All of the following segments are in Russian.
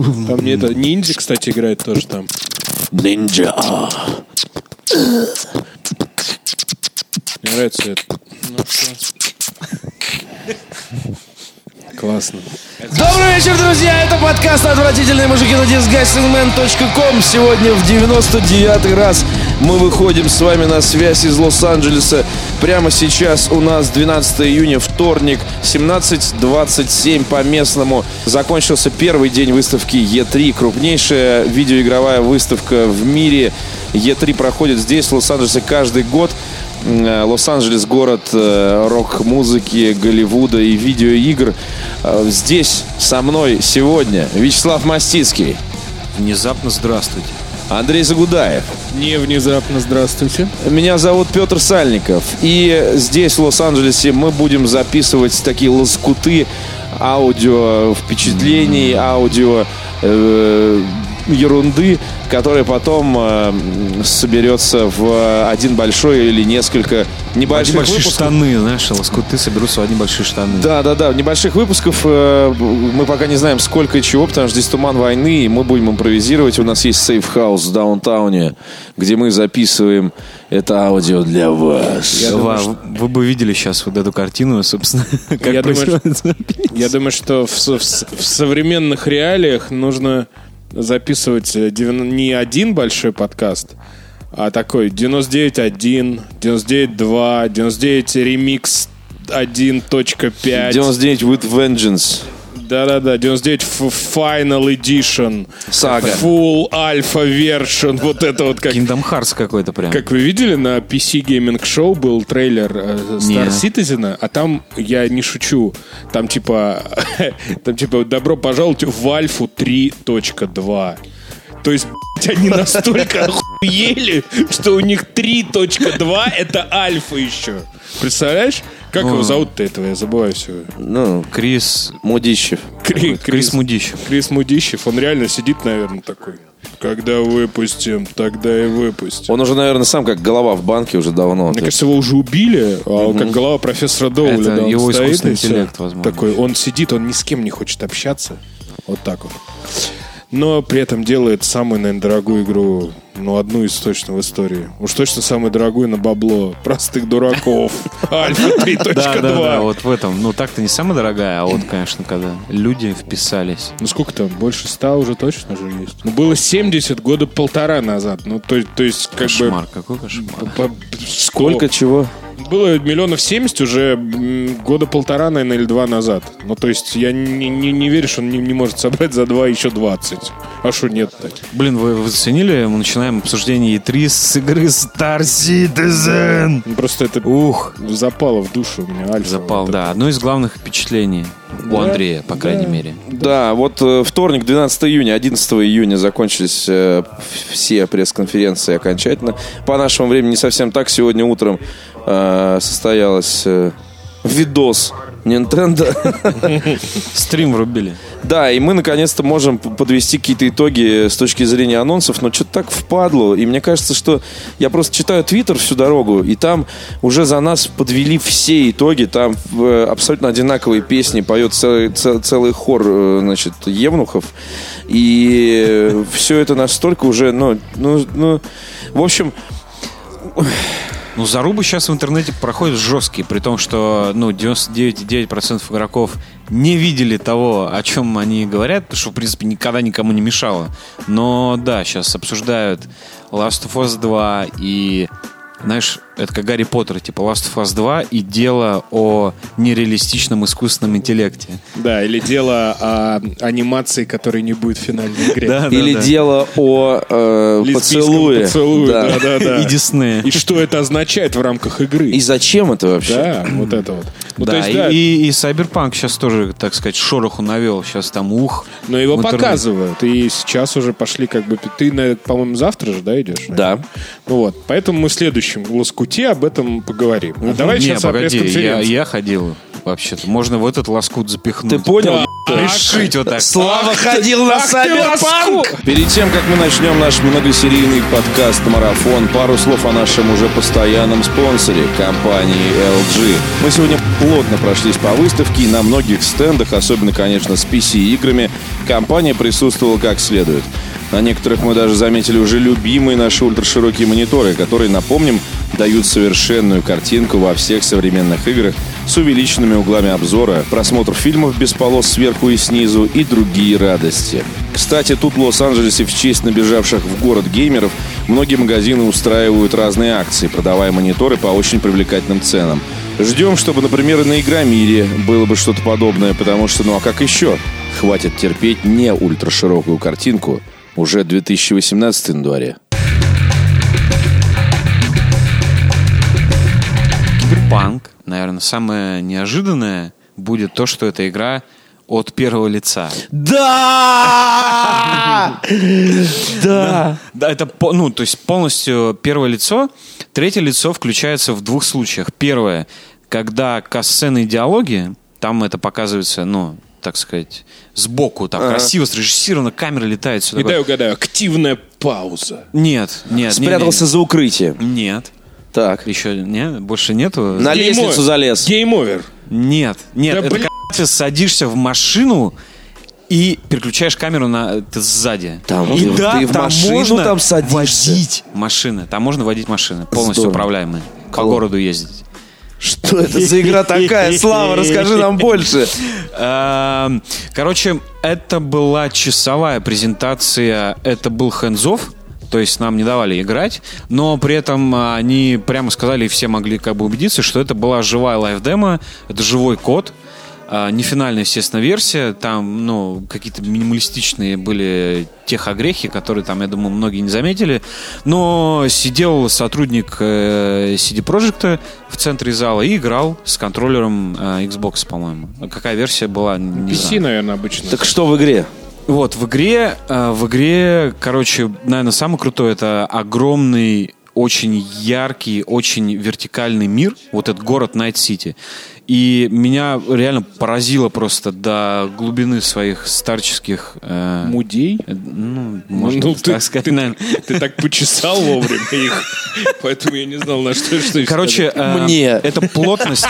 Там мне это ниндзя, кстати, играет тоже там. Ниндзя. Мне нравится это. Ну, классно. Добрый вечер, друзья! Это подкаст «Отвратительные мужики» на disgustingman.com. Сегодня в 99-й раз мы выходим с вами на связь из Лос-Анджелеса. Прямо сейчас у нас 12 июня, вторник, 17:27 по местному. Закончился первый день выставки E3, крупнейшая видеоигровая выставка в мире. E3 проходит здесь, в Лос-Анджелесе, каждый год. Лос-Анджелес — город рок-музыки, Голливуда и видеоигр. Здесь со мной сегодня Вячеслав Мастицкий. Внезапно здравствуйте. Андрей Загудаев. Не внезапно здравствуйте. Меня зовут Петр Сальников. И здесь, в Лос-Анджелесе, мы будем записывать такие лоскуты аудио впечатлений, аудио ерунды, которая потом соберется в один большой или несколько небольших выпусков. Штаны, знаешь, лоскуты соберутся в одни большие штаны. Да. В небольших выпусках мы пока не знаем, сколько и чего, потому что здесь туман войны, и мы будем импровизировать. У нас есть сейф-хаус в даунтауне, где мы записываем это аудио для вас. Вы бы видели сейчас вот эту картину, собственно, как происходит. Я думаю, что в современных реалиях нужно записывать не один большой подкаст, а такой 99.1, 99.2, 99 ремикс 1.5. 99 with vengeance. Да, 99 Final Edition. Сага. Full Alpha Version. Вот это вот как... Kingdom Hearts какой-то прям. Как вы видели, на PC Gaming Show был трейлер Star Citizen, а там, я не шучу, там типа добро пожаловать в Альфу 3.2. То есть, они настолько охуели, что у них 3.2 это альфа еще. Представляешь? Как его зовут-то этого? Я забываю все. Крис Мудищев. Крис Мудищев. Крис Мудищев. Он реально сидит, наверное, такой. Когда выпустим, тогда и выпустим. Он уже, наверное, сам как голова в банке уже давно. Мне кажется, его уже убили, а он как голова профессора Доуля. Это его стоит, искусственный интеллект, возможно. Такой, он сидит, он ни с кем не хочет общаться. Вот так вот. Но при этом делает самую, наверное, дорогую игру, одну из точно в истории. Уж точно самую дорогую на бабло простых дураков. Альфа 3.2. Да, вот в этом. Так-то не самая дорогая, а вот, конечно, когда люди вписались. Сколько там? Больше 100 уже точно же есть. Было 70 года полтора назад. То есть как кошмар, бы... какой кошмар. Сколько чего? Было 70 миллионов уже года полтора, наверное, или 2 назад. То есть я не верю, что он не может собрать за 2 еще 20. А что нет-то? Блин, вы заценили? Мы начинаем обсуждение E3 с игры Star Citizen. Просто это запало в душу у меня. Альфа. Запал, да. Одно из главных впечатлений у Андрея, по крайней мере. Да, вот вторник, 12 июня, 11 июня закончились все пресс-конференции окончательно. По нашему времени не совсем так. Сегодня утром состоялась видос Nintendo. Стрим врубили. Да, и мы наконец-то можем подвести какие-то итоги с точки зрения анонсов, но что-то так впадло. И мне кажется, что я просто читаю Твиттер всю дорогу, и там уже за нас подвели все итоги. Там абсолютно одинаковые песни поет целый хор, евнухов. И все это настолько уже, в общем... Зарубы сейчас в интернете проходят жесткие, при том, что 99,9% игроков не видели того, о чем они говорят, что, в принципе, никогда никому не мешало. Но, да, сейчас обсуждают Last of Us 2 и... Знаешь, это как Гарри Поттер, типа Last of Us 2 и дело о нереалистичном искусственном интеллекте. Да, или дело о анимации, которой не будет в финальной игре. Или дело о поцелуе. Да. И Диснея. И что это означает в рамках игры. И зачем это вообще? Да, вот это вот. Да, и Cyberpunk сейчас тоже, так сказать, шороху навел. Сейчас там Но его показывают. И сейчас уже пошли как бы... Ты, по-моему, завтра же, да, идешь? Да. Поэтому мы в следующем лоскуте об этом поговорим. Давай сейчас о пресс-конференции. Я ходил. вообще-то. Можно в этот лоскут запихнуть. Ты понял? Пришить вот так. Слава ходил на Сайберпанк! Перед тем, как мы начнем наш многосерийный подкаст-марафон, пару слов о нашем уже постоянном спонсоре – компании LG. Мы сегодня плотно прошлись по выставке, и на многих стендах, особенно, конечно, с PC-играми, компания присутствовала как следует. На некоторых мы даже заметили уже любимые наши ультраширокие мониторы, которые, напомним, дают совершенную картинку во всех современных играх с увеличенными углами обзора, просмотр фильмов без полос сверху и снизу и другие радости. Кстати, тут в Лос-Анджелесе в честь набежавших в город геймеров многие магазины устраивают разные акции, продавая мониторы по очень привлекательным ценам. Ждем, чтобы, например, и на Игромире было бы что-то подобное, потому что, ну а как еще? Хватит терпеть не ультраширокую картинку уже 2018 января. Киберпанк, наверное, самое неожиданное будет то, что эта игра от первого лица. Да! Да! Да, это, то есть полностью первое лицо. Третье лицо включается в двух случаях. Первое, когда касцены и диалоги, там это показывается, так сказать, сбоку, так красиво срежиссировано, камера летает сюда. И дай угадаю, активная пауза. Нет. Спрятался за укрытие. Нет. Так. Еще нет? Больше нету? На лестницу залез. Гейм-овер. Нет. Да, это когда ты садишься в машину и переключаешь камеру ты сзади. Там, и ты в машину можно там садишься. водить машины. Там можно водить машины, полностью Здорово. управляемые. По городу ездить. Что это за игра такая? Слава, расскажи нам больше. Короче, это была часовая презентация, это был hands-off, то есть нам не давали играть, но при этом они прямо сказали, и все могли как бы убедиться, что это была живая лайв-демо, это живой код. Не финальная, естественно, версия. Там, какие-то минималистичные были техогрехи, которые там, я думаю, многие не заметили. Но сидел сотрудник CD Projekt в центре зала и играл с контроллером Xbox, по-моему. Какая версия была, не PC, знаю. наверное, обычно. Так что в игре? Вот, в игре, короче, наверное, самое крутое — это огромный, очень яркий, очень вертикальный мир. Вот этот город Найт-Сити. И меня реально поразило просто до глубины своих старческих... Мудей? Можно так сказать, наверное. Ты так почесал вовремя их, поэтому я не знал, на что Короче, Мне. это плотность...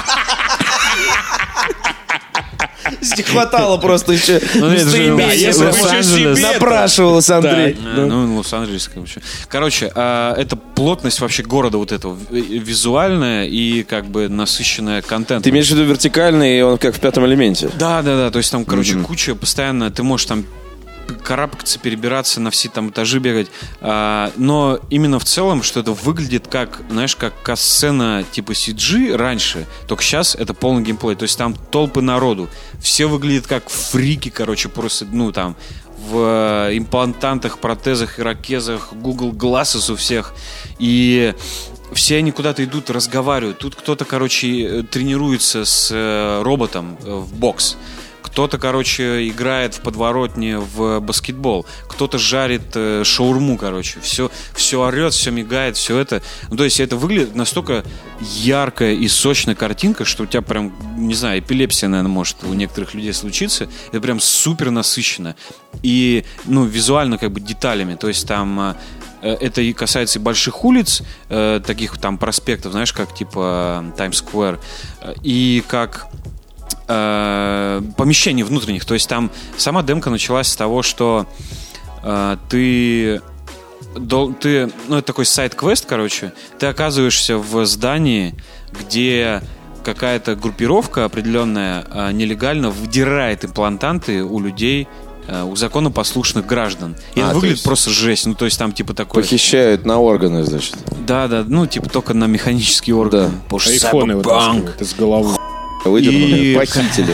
Не хватало просто еще Лос-Анджелес. Напрашивалось, Андрей. Лос-Анджелес, короче. Короче, это плотность вообще города вот этого, визуальная и как бы насыщенная контентом. Ты имеешь в виду вертикальный, и он как в «Пятом элементе»? Да, то есть там, короче, куча постоянно, ты можешь там карабкаться, перебираться, на все там этажи бегать. Но именно в целом, что это выглядит как, знаешь, как касцена типа CG раньше, только сейчас это полный геймплей. То есть там толпы народу. Все выглядят как фрики, короче, просто, там в имплантантах, протезах, ирокезах, Google Glasses у всех. И все они куда-то идут, разговаривают. Тут кто-то, короче, тренируется с роботом в бокс. Кто-то, короче, играет в подворотне в баскетбол. Кто-то жарит шаурму, короче. Все орет, все мигает, все это. То есть это выглядит настолько яркая и сочная картинка, что у тебя прям, не знаю, эпилепсия, наверное, может у некоторых людей случиться. Это прям супер насыщенно. И, визуально как бы деталями. То есть там... Это и касается и больших улиц, таких там проспектов, знаешь, как типа Таймс-сквер, и как... помещений внутренних. То есть там сама демка началась с того, что это такой сайд-квест, короче. Ты оказываешься в здании, где какая-то группировка определенная нелегально выдирает имплантанты у людей, у законопослушных граждан. И это выглядит просто жесть. То есть там типа такой... Похищают на органы, значит. Да, типа только на механические органы. Да. Айфоны вытаскивают из головы. Выдернули, похитили.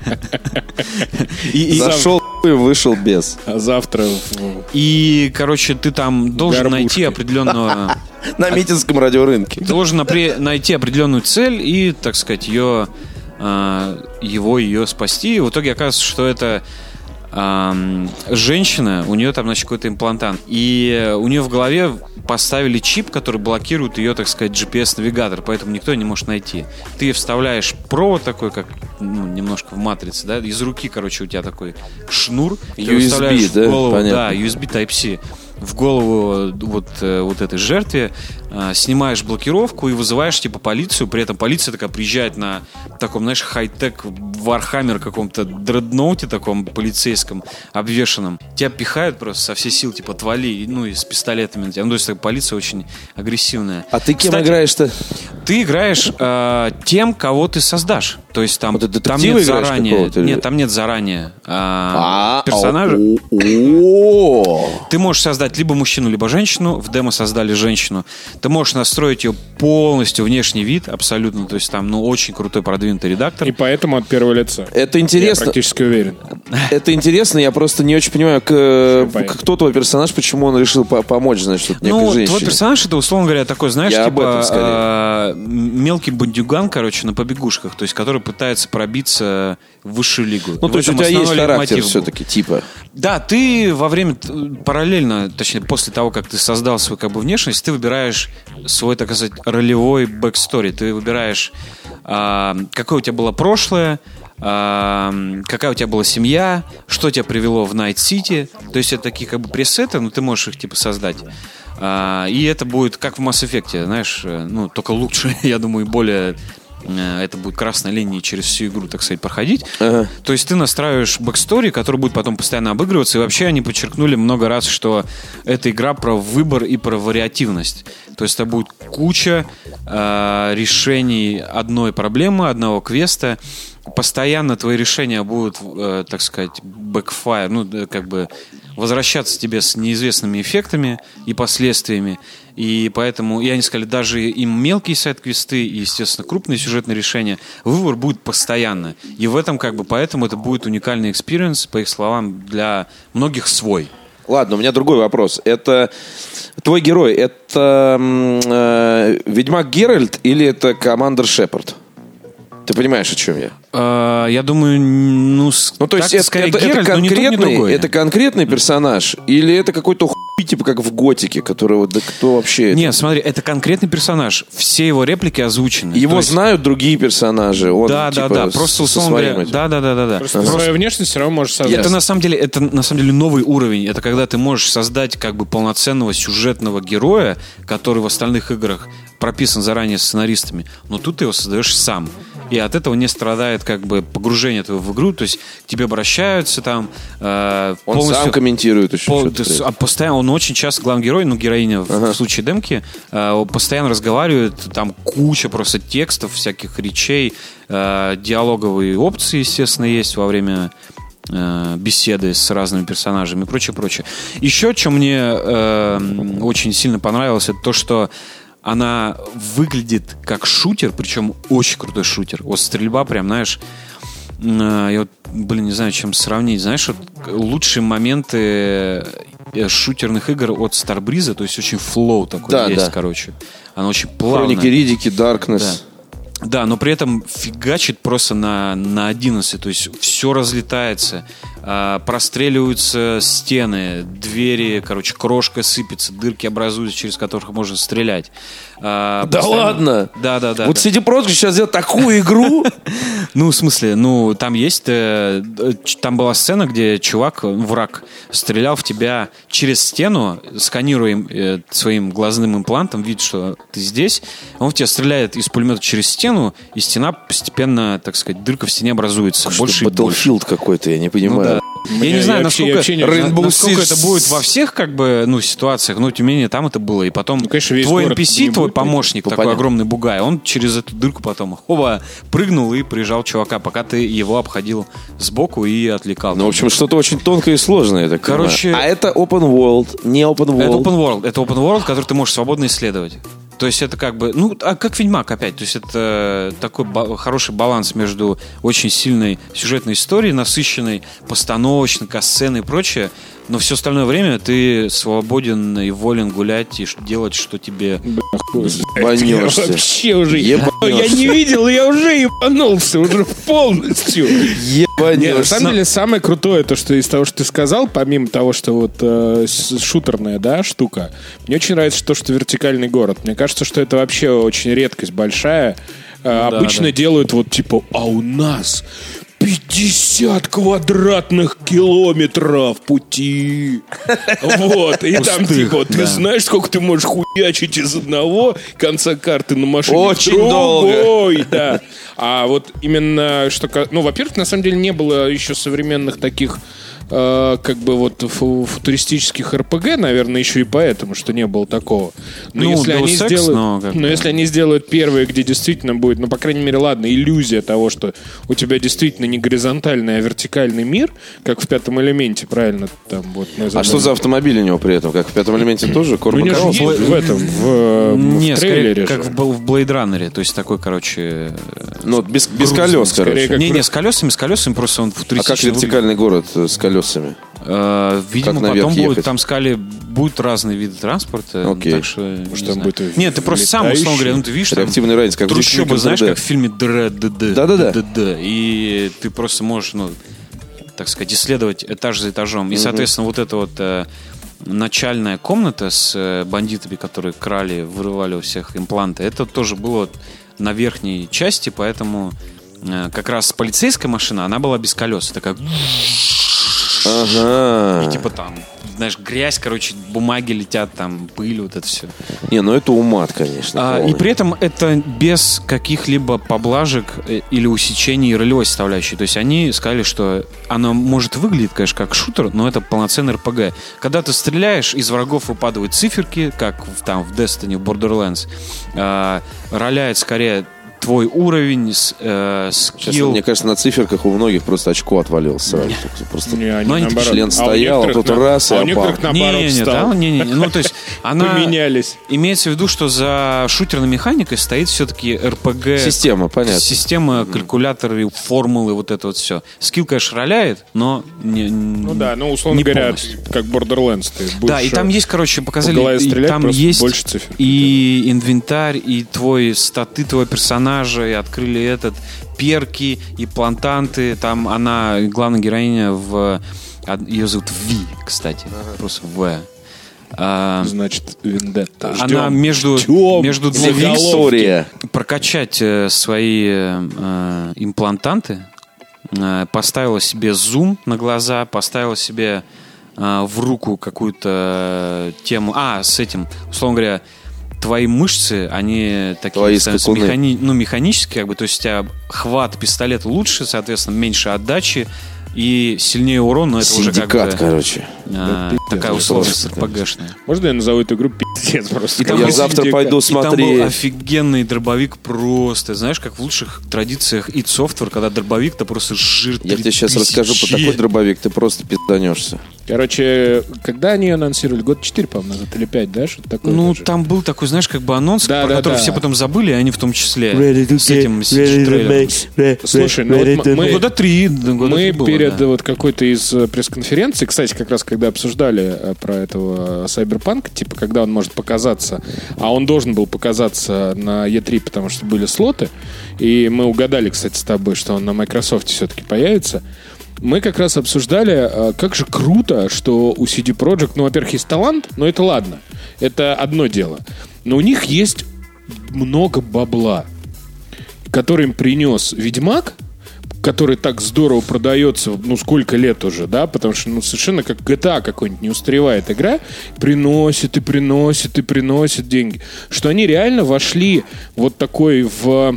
Зашел и вышел без. А завтра... И, короче, ты там должен найти определенную... На Митинском радиорынке. Ты должен найти определенную цель и, так сказать, ее спасти. И в итоге оказывается, что это женщина, у нее там, значит, какой-то имплантант. И у нее в голове поставили чип, который блокирует ее, так сказать, GPS-навигатор, поэтому никто не может найти. Ты вставляешь провод такой, как немножко в матрице, да, из руки, короче, у тебя такой шнур. USB, да? В голову, понятно. да, USB Type-C. В голову вот этой жертве, снимаешь блокировку и вызываешь типа полицию. При этом полиция такая приезжает на таком, знаешь, хай-тек Warhammer каком-то дредноуте таком полицейском обвешенном. Тебя пихают просто со всей силы, типа отвали, и с пистолетами на тебя. Ну, то есть полиция очень агрессивная. А ты кем Кстати, играешь-то? Ты играешь тем, кого ты создашь. То есть там, Вот там нет заранее. Нет, там нет заранее персонажа. Ты можешь создать либо мужчину, либо женщину. В демо создали женщину. Ты можешь настроить ее полностью внешний вид, абсолютно. То есть там, очень крутой продвинутый редактор. И поэтому от первого лица. Это интересно. Я практически уверен. Это интересно, я просто не очень понимаю, кто твой персонаж, почему он решил помочь, значит, некой женщине. Твой персонаж, это, условно говоря, такой, знаешь, я типа мелкий бандюган, короче, на побегушках, то есть, который пытается пробиться в высшую лигу. Ну, то есть у тебя есть характер все-таки, типа. Да, ты во время, параллельно, точнее, после того, как ты создал свою как бы внешность, ты выбираешь свой, так сказать, ролевой бэкстори. Ты выбираешь, какое у тебя было прошлое, какая у тебя была семья, что тебя привело в Найт-Сити. То есть это такие как бы пресеты, но ты можешь их типа создать. И это будет как в Mass Effect, знаешь, только лучше, я думаю, и более... Это будет красной линией через всю игру, так сказать, проходить. Ага. То есть ты настраиваешь бэкстори, который будет потом постоянно обыгрываться. И вообще они подчеркнули много раз, что эта игра про выбор и про вариативность. То есть это будет куча решений одной проблемы, одного квеста. Постоянно твои решения будут, так сказать, backfire, как бы возвращаться тебе с неизвестными эффектами и последствиями. И поэтому, и они сказали, даже им мелкие сайд-квесты и, естественно, крупные сюжетные решения, выбор будет постоянно. И в этом, как бы, поэтому это будет уникальный экспириенс, по их словам, для многих свой. Ладно, у меня другой вопрос. Это твой герой, это Ведьмак Геральт или это Командер Шепард? Ты понимаешь, о чем я? Я думаю, то есть это конкретный персонаж или это какой-то хуй, типа как в Готике, который да кто вообще... Нет, смотри, это конкретный персонаж. Все его реплики озвучены. Его знают другие персонажи. Он, да. Просто условно говоря. Да. Просто свою внешность все равно можешь создать. Это на самом деле новый уровень. Это когда ты можешь создать как бы полноценного сюжетного героя, который в остальных играх прописан заранее сценаристами, но тут ты его создаешь сам. И от этого не страдает как бы погружение твоего в игру, то есть к тебе обращаются там он сам комментирует еще что-то. Постоянно, он очень часто, главный герой, героиня в случае демки, постоянно разговаривает, там куча просто текстов, всяких речей, диалоговые опции, естественно, есть во время беседы с разными персонажами и прочее. Еще, что мне очень сильно понравилось, это то, что она выглядит как шутер, причем очень крутой шутер. Вот стрельба прям, знаешь, я не знаю, чем сравнить. Знаешь, лучшие моменты шутерных игр от Старбриза, то есть очень флоу такой есть, короче. Она очень плавная. Хроники Риддики, Даркнесс. Да, но при этом фигачит просто на 11, то есть все разлетается, простреливаются стены, двери, крошка сыпется, дырки образуются, через которых можно стрелять. Да ладно? Да. Вот CD Projekt сейчас сделал такую игру? В смысле, там есть... Там была сцена, где чувак, враг, стрелял в тебя через стену, сканируя своим глазным имплантом, видит, что ты здесь. Он в тебя стреляет из пулемета через стену, и стена постепенно, так сказать, дырка в стене образуется. Больше и больше. Battlefield какой-то, я не понимаю. Я не знаю, насколько это Six. будет во всех ситуациях, но тем не менее там это было. И потом конечно, твой NPC, твой помощник, такой огромный бугай, он через эту дырку потом прыгнул и прижал чувака, пока ты его обходил сбоку и отвлекал. В общем, что-то очень тонкое и сложное. А это open world, не open world? Это open world, который ты можешь свободно исследовать. То есть это как бы, как Ведьмак опять. То есть это такой хороший баланс между очень сильной сюжетной историей, насыщенной постановочной, касценой и прочее, но все остальное время ты свободен и волен гулять и делать, что тебе Ебанешься. Вообще уже Ебанешься. я не видел, я уже ебанулся, уже полностью. Ебанешься. Нет, на самом деле, самое крутое, то, что из того, что ты сказал, помимо того, что вот шутерная, да, штука, мне очень нравится то, что вертикальный город. Мне кажется, что это вообще очень редкость большая. Обычно делают вот типа, а у нас 50 квадратных километров пути. Вот. И там типа, ты знаешь, сколько ты можешь хуячить из одного конца карты на машине Очень в другой. долго. Да. А вот именно, что... Ну, во-первых, на самом деле не было еще современных таких как бы вот футуристических РПГ, наверное, еще и поэтому, что не было такого. Но Ну, если Deus они Ex, сделают, но если они сделают первые, где действительно будет, ну, по крайней мере, ладно, иллюзия того, что у тебя действительно не горизонтальный, а вертикальный мир, как в «Пятом элементе», правильно? Там, вот, А что за автомобиль у него при этом? Как в «Пятом элементе» тоже? Ну, не Корбакаус? есть в этом, в Не, трейлере скорее, же. как в Blade Runner, то есть такой, короче... Ну, без колес, скорее, короче. как Не, с колесами, просто он А как футуристичный. вертикальный город с колесами? Видимо, Как наверх потом будет, ехать? там сказали, будут разные виды транспорта. Окей. Так что, не Что там знаю. будет Нет, ты просто сам, условно говоря, ну ты видишь, там Реактивный разниц, как в трущобы, Disney знаешь, 3D. как в фильме «Дред». Да-да-да. И ты просто можешь, ну, так сказать, исследовать этаж за этажом. И, соответственно, вот эта вот начальная комната с бандитами, которые крали, вырывали у всех импланты, это тоже было на верхней части, поэтому как раз полицейская машина, она была без колес. Такая... Ага. И типа там, знаешь, грязь, короче, бумаги летят, там, пыль, вот это все. Не, ну это умат, конечно. И при этом это без каких-либо поблажек или усечений ролевой составляющей. То есть они сказали, что оно может выглядеть, конечно, как шутер, но это полноценный РПГ. Когда ты стреляешь, из врагов выпадают циферки, как там в Destiny, в Borderlands. Роляет скорее твой уровень, Сейчас, скилл. мне кажется, на циферках у многих просто очко отвалилось сразу. Просто Не, они Ну, они наоборот. член стоял, а тут раз и а у опал. некоторых наоборот Не-не-не, встал. да, не-не-не. Ну, то есть она... Поменялись. Имеется в виду, что за шутерной механикой стоит все-таки РПГ. Система, понятно. Система, калькуляторы, формулы, вот это вот все. Скилл, конечно, роляет, но не, Ну да, ну условно не говоря, полностью. как Borderlands. Ты будешь, Да, и там есть, короче, показали, по голове и стрелять, там просто есть больше цифр. и инвентарь, и твой статы твоего персонажа, и открыли этот перки, и плантанты. Там она, главная героиня, ее зовут Ви, кстати, просто В. Значит, Вендетта. Она между двух Виктория. прокачать свои имплантанты, поставила себе зум на глаза, поставила себе в руку какую-то тему. С этим, условно говоря, твои мышцы, они такие Твои становятся скакуны. механические, как бы, то есть у тебя хват пистолета лучше, соответственно, меньше отдачи и сильнее урон, но это уже Синдикат, как бы короче. такая условность РПГшная. Можно я назову эту игру пиздец просто? И там Я есть завтра Синдикат. пойду И там был смотреть. офигенный дробовик просто. Знаешь, как в лучших традициях id Software, когда дробовик-то просто жир. Я тебе сейчас расскажу про такой дробовик, ты просто пизданешься. Короче, когда они ее анонсировали? Год 4, по-моему, назад, или 5, да? Что-то такое Ну, даже. там был такой, знаешь, как бы анонс, Да, про да, который да. все потом забыли, и они в том числе с этим CG-трейлером. Слушай, ну вот Ну, мы года три было, перед да. вот какой-то из пресс-конференций, кстати, как раз когда обсуждали про этого Cyberpunk, типа, когда он может показаться, а он должен был показаться на E3, потому что были слоты, и мы угадали, кстати, с тобой, что он на Microsoft все-таки появится. Мы как раз обсуждали, как же круто, что у CD Projekt, ну, во-первых, есть талант, но это ладно, это одно дело. Но у них есть много бабла, который им принес Ведьмак, который так здорово продается, ну, сколько лет уже, да, потому что, ну, совершенно как GTA какой-нибудь не устаревает игра, приносит и приносит и приносит деньги, что они реально вошли вот такой в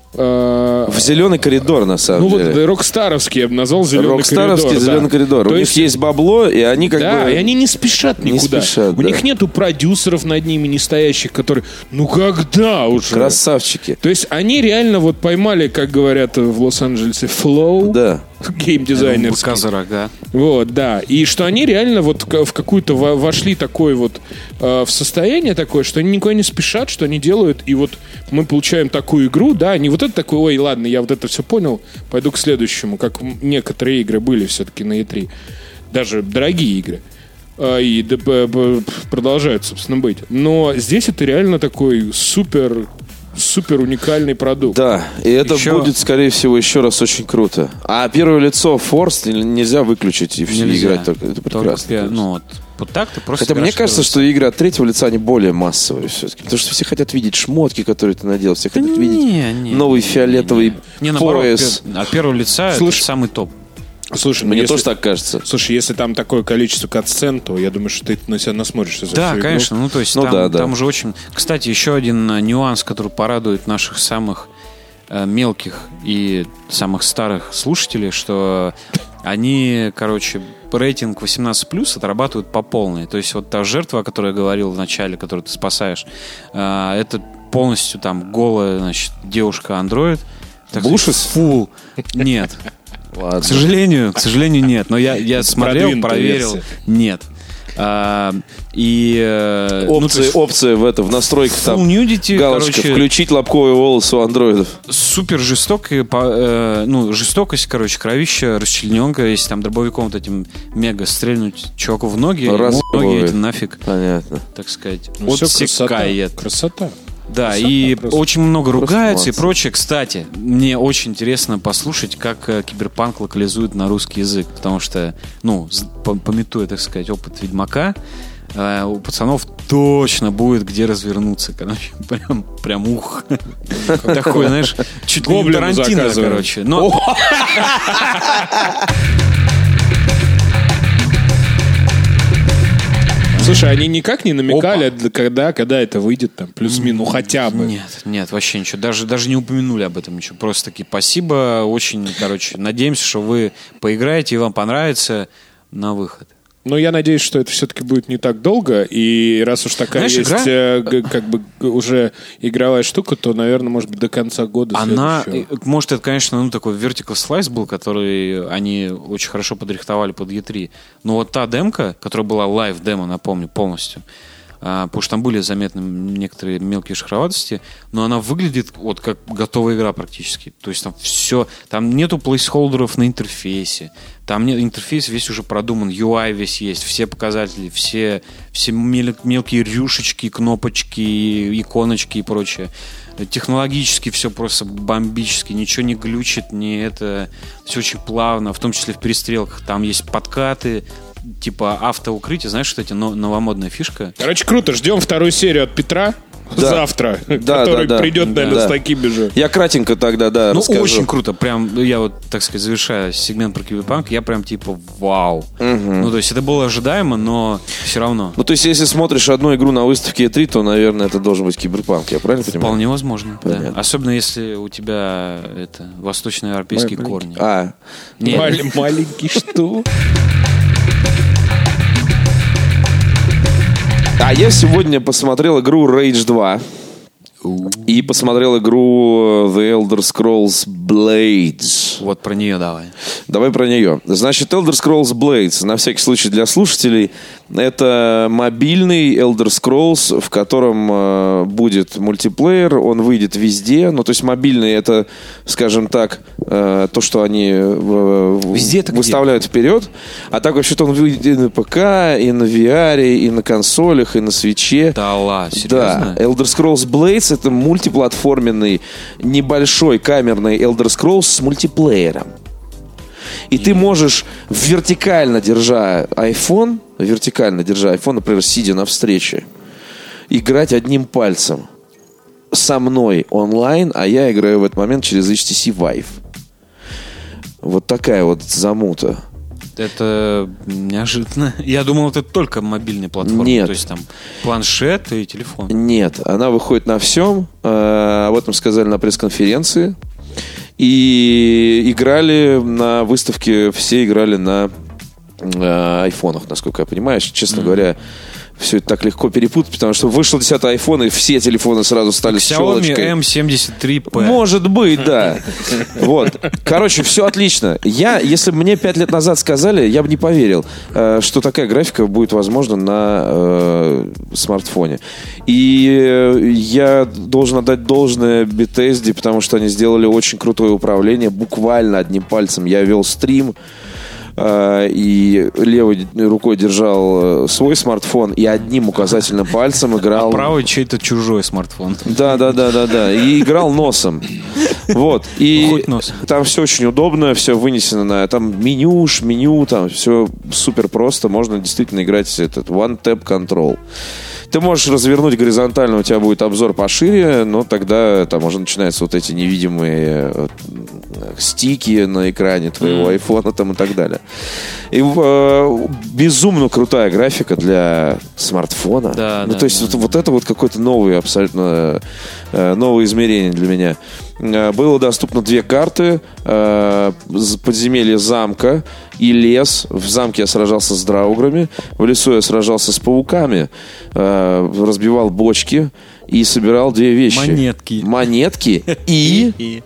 зеленый коридор, на самом ну, деле. вот рокстаровский я бы назвал зеленый Рокстаровский коридор. зеленый коридор. То У них есть бабло, и они как да, бы... и они не спешат Не никуда. спешат, У да. них нету продюсеров над ними не стоящих, которые, ну когда уже? Красавчики. То есть они реально вот поймали, как говорят в Лос-Анджелесе, flow Да. геймдизайнерский. Быка за рога. Вот, да. И что они реально вот в какую-то вошли такое вот в состояние такое, что они никуда не спешат, что они делают, и вот мы получаем такую игру, да, не вот это такое, ой, ладно, я вот это все понял, пойду к следующему, как некоторые игры были все-таки на E3, даже дорогие игры. И продолжают, собственно, быть. Но здесь это реально такой супер уникальный продукт. Да, и это будет, скорее всего, еще раз очень круто. А первое лицо Force нельзя выключить и все играть только. Это прекрасно. Вот так ты просто. Хотя мне кажется, что игры от третьего лица, они более массовые все-таки. Потому что все хотят видеть шмотки, которые ты надел. Все хотят видеть новый фиолетовый пояс. От первого лица это самый топ. Слушай, мне тоже так кажется. Слушай, если там такое количество кат-сцен, то я думаю, что ты на себя насмотришься за Да, всю конечно. игру. Ну, то есть там уже очень... Кстати, еще один нюанс, который порадует наших самых мелких и самых старых слушателей, что они, рейтинг 18+, отрабатывают по полной. То есть вот та жертва, о которой я говорил в начале, которую ты спасаешь, это полностью там голая, значит, девушка-андроид. Бушес? Фул. Нет. Ладно. К сожалению, нет. Но я смотрел, проверил. Версия. Нет. Опция в настройках там nudity, галочка, включить лобковые волосы у андроидов. Супер жестокая, жестокость, кровища, расчлененка. Если там дробовиком вот этим мега стрельнуть чуваку в ноги, ноги эти нафиг, понятно, так сказать, отсекает. Красота. Да, и очень много ругаются и прочее. Кстати, мне очень интересно послушать, как Киберпанк локализует на русский язык. Потому что, памятуя, так сказать, опыт Ведьмака, у пацанов точно будет где развернуться. Короче, прям ух. Такой, знаешь, чуть ли не Тарантино, короче. Слушай, они никак не намекали, когда это выйдет, там, плюс-минус, хотя бы. Нет, вообще ничего. Даже не упомянули об этом ничего. Просто таки спасибо. Очень, надеемся, что вы поиграете и вам понравится на выход. Но я надеюсь, что это все-таки будет не так долго. И раз уж такая есть уже игровая штука, то, наверное, может быть, до конца года. Может, это, конечно, такой vertical slice был, который они очень хорошо подрихтовали под E3. Но вот та демка, которая была лайв-демо, напомню, полностью, потому что там были заметны некоторые мелкие шахроватости, но она выглядит вот как готовая игра практически. То есть там все, там нету плейсхолдеров на интерфейсе, там интерфейс весь уже продуман, UI весь есть, все показатели, все мелкие рюшечки, кнопочки, иконочки и прочее. Технологически все просто бомбически, ничего не глючит, все очень плавно, в том числе в перестрелках. Там есть подкаты, типа автоукрытие, знаешь, что это новомодная фишка. Короче, круто, ждем вторую серию от Петра. Завтра, который придет, наверное, с такими же. Я кратенько тогда, расскажу. Очень круто. Прям, я вот, так сказать, завершая сегмент про Киберпанк, я прям типа вау. То есть это было ожидаемо, но все равно. То есть если смотришь одну игру на выставке E3, то, наверное, это должен быть Киберпанк, я правильно понимаю? Вполне возможно, да. Особенно если у тебя восточноевропейские корни. Маленький что? А я сегодня посмотрел игру Rage 2 и посмотрел игру The Elder Scrolls Blades. Вот про нее давай. Давай про нее. Значит, Elder Scrolls Blades, на всякий случай для слушателей, это мобильный Elder Scrolls, в котором будет мультиплеер, он выйдет везде. То есть мобильный — это, скажем так, то, что они выставляют вперед. А так вообще-то он выйдет и на ПК, и на VR, и на консолях, и на свитче. Да ладно, серьезно? Да. Elder Scrolls Blades — это мультиплатформенный, небольшой камерный Elder Scrolls с мультиплеером. И ты можешь, вертикально держа iPhone, например, сидя на встрече, играть одним пальцем со мной онлайн, а я играю в этот момент через HTC Vive. Вот такая вот замута. Это неожиданно. Я думал, это только мобильные платформы. Нет. То есть там планшет и телефон. Нет, она выходит на всем. Об этом сказали на пресс-конференции. И играли на выставке, все играли на айфонах, насколько я понимаю. Честно говоря, все это так легко перепутать, потому что вышел 10-й iPhone, и все телефоны сразу стали с щелочкой. Xiaomi M73P. Может быть, да. Вот. Короче, все отлично. Если бы мне 5 лет назад сказали, я бы не поверил, что такая графика будет возможна на смартфоне. И я должен отдать должное Bethesda, потому что они сделали очень крутое управление. Буквально одним пальцем я вел стрим. и левой рукой держал свой смартфон и одним указательным пальцем играл... А правый чей-то чужой смартфон. Да. И играл носом. Вот. И хоть носом. там все очень удобно, все вынесено на... Там меню, там все супер просто. Можно действительно играть этот One Tap Control. Ты можешь развернуть горизонтально, у тебя будет обзор пошире, но тогда там уже начинаются вот эти невидимые стики на экране твоего айфона там и так далее. И безумно крутая графика для смартфона. То есть вот это вот какое-то новое абсолютно новое измерение для меня. Было доступно 2 карты: подземелье замка и лес. В замке я сражался с драуграми, в лесу я сражался с пауками, разбивал бочки и собирал 2 вещи. Монетки и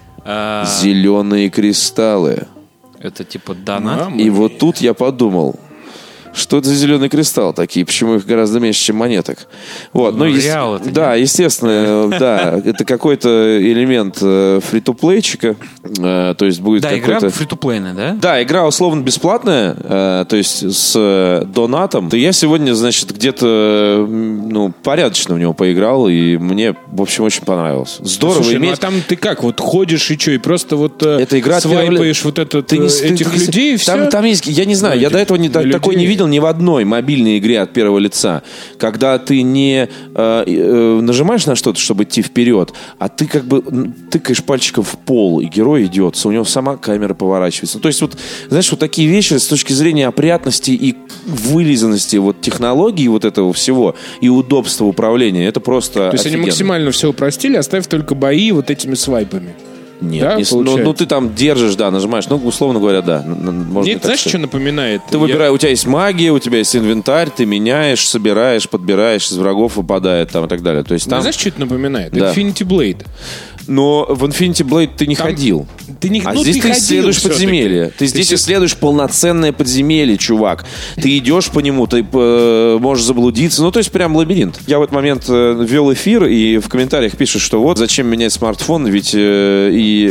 зеленые кристаллы. Это типа донат? И вот тут я подумал, что это за зеленые кристаллы такие? Почему их гораздо меньше, чем монеток? Вот, реал это, да, естественно, да, это какой-то элемент фри-то-плейчика, то есть будет какой-то... Да, игра фри-то-плейная, да? Да, игра условно бесплатная, то есть с донатом. То я сегодня, значит, где-то, порядочно в него поиграл, и мне, в общем, очень понравилось. Здорово. Слушай, а там ты как, вот ходишь и что, и просто вот эта игра свайпаешь вот этих людей, и все? Там есть, я не знаю, я до этого такой не видел ни в одной мобильной игре от первого лица, когда ты не нажимаешь на что-то, чтобы идти вперед, а ты как бы тыкаешь пальчиком в пол, и герой идет, у него сама камера поворачивается. То есть вот, знаешь, вот такие вещи с точки зрения опрятности и вылизанности вот технологий вот этого всего и удобства управления, это просто То есть офигенно. они максимально все упростили, оставив только бои вот этими свайпами. Нет, да, ты там держишь, нажимаешь, условно говоря, да. Мне, знаешь, что напоминает? Ты выбираешь, у тебя есть магия, у тебя есть инвентарь, ты меняешь, собираешь, подбираешь, из врагов выпадает там и так далее. То есть там... Знаешь, что это напоминает? Да. Infinity Blade. Но в Infinity Blade ты не ходил. Здесь ты исследуешь подземелье. Ты здесь исследуешь полноценное подземелье, чувак. Ты идешь по нему, ты можешь заблудиться. То есть прям лабиринт. Я в этот момент вел эфир, и в комментариях пишут, что вот зачем менять смартфон, ведь и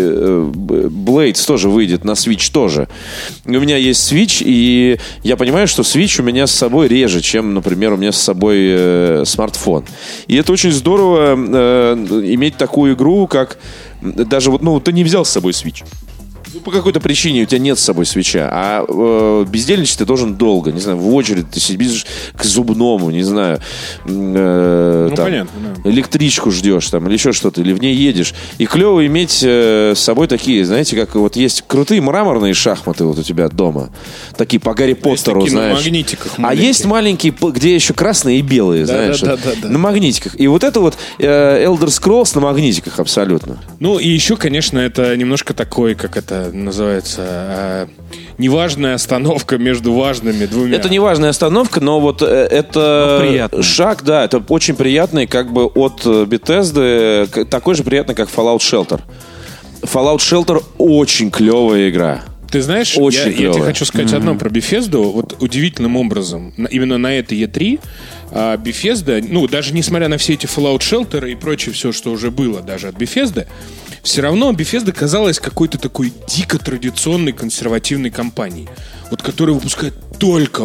Blades тоже выйдет на Switch тоже. У меня есть Switch, и я понимаю, что Switch у меня с собой реже, чем, например, у меня с собой смартфон. И это очень здорово иметь такую игру, как даже ты не взял с собой Switch. По какой-то причине у тебя нет с собой свитча, а бездельничать ты должен долго, не знаю, в очередь ты сидишь к зубному, не знаю, понятно, да. Электричку ждешь там, или еще что-то, или в ней едешь. И клево иметь с собой такие, знаете, как вот есть крутые мраморные шахматы вот у тебя дома, такие по Гарри Поттеру, знаешь. На магнитиках. А есть маленькие, где еще красные и белые, знаешь, да. на магнитиках. И вот это вот Elder Scrolls на магнитиках абсолютно. И еще, конечно, это немножко такой, как это называется, неважная остановка между важными двумя. Это неважная остановка, но вот это шаг, да, это очень приятный, как бы от Bethesda, такой же приятный, как Fallout Shelter. Fallout Shelter очень клевая игра. Ты знаешь, я тебе хочу сказать одно про Bethesda. Вот удивительным образом, именно на этой E3 Bethesda, даже несмотря на все эти Fallout Shelter и прочее все, что уже было даже от Bethesda, все равно Bethesda казалась какой-то такой дико традиционной консервативной компанией, вот которая выпускает только